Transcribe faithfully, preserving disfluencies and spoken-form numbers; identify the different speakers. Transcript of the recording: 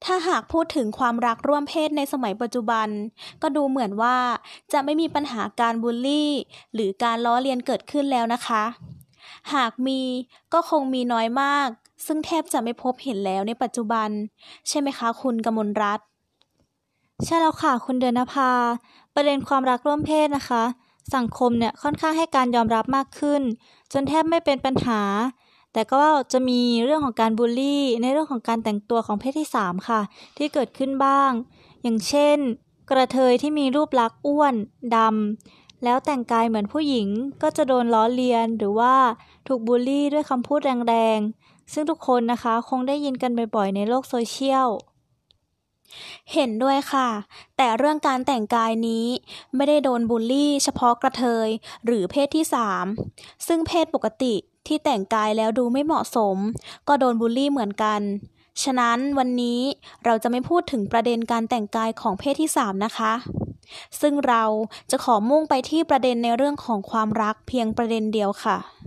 Speaker 1: ถ้าหากพูดถึงความรักร่วมเพศในสมัยปัจจุบันก็ดูเหมือนว่าจะไม่มีปัญหาการบูลลี่หรือการล้อเลียนเกิดขึ้นแล้วนะคะหากมีก็คงมีน้อยมากซึ่งแทบจะไม่พบเห็นแล้วในปัจจุบันใช่ไหมคะคุณกมลรัตน์
Speaker 2: ใช่แล้วค่ะคุณเดือนนภาประเด็นความรักร่วมเพศนะคะสังคมเนี่ยค่อนข้างให้การยอมรับมากขึ้นจนแทบไม่เป็นปัญหาแต่ก็จะมีเรื่องของการบูลลี่ในเรื่องของการแต่งตัวของเพศที่สามค่ะที่เกิดขึ้นบ้างอย่างเช่นกระเทยที่มีรูปลักษณ์อ้วนดำแล้วแต่งกายเหมือนผู้หญิงก็จะโดนล้อเลียนหรือว่าถูกบูลลี่ด้วยคำพูดแรงๆซึ่งทุกคนนะคะคงได้ยินกันบ่อยๆในโลกโซเชียล
Speaker 1: เห็นด้วยค่ะแต่เรื่องการแต่งกายนี้ไม่ได้โดนบูลลี่เฉพาะกระเทยหรือเพศที่สามซึ่งเพศปกติที่แต่งกายแล้วดูไม่เหมาะสมก็โดนบูลลี่เหมือนกันฉะนั้นวันนี้เราจะไม่พูดถึงประเด็นการแต่งกายของเพศที่สามนะคะซึ่งเราจะขอมุ่งไปที่ประเด็นในเรื่องของความรักเพียงประเด็นเดียวค่ะ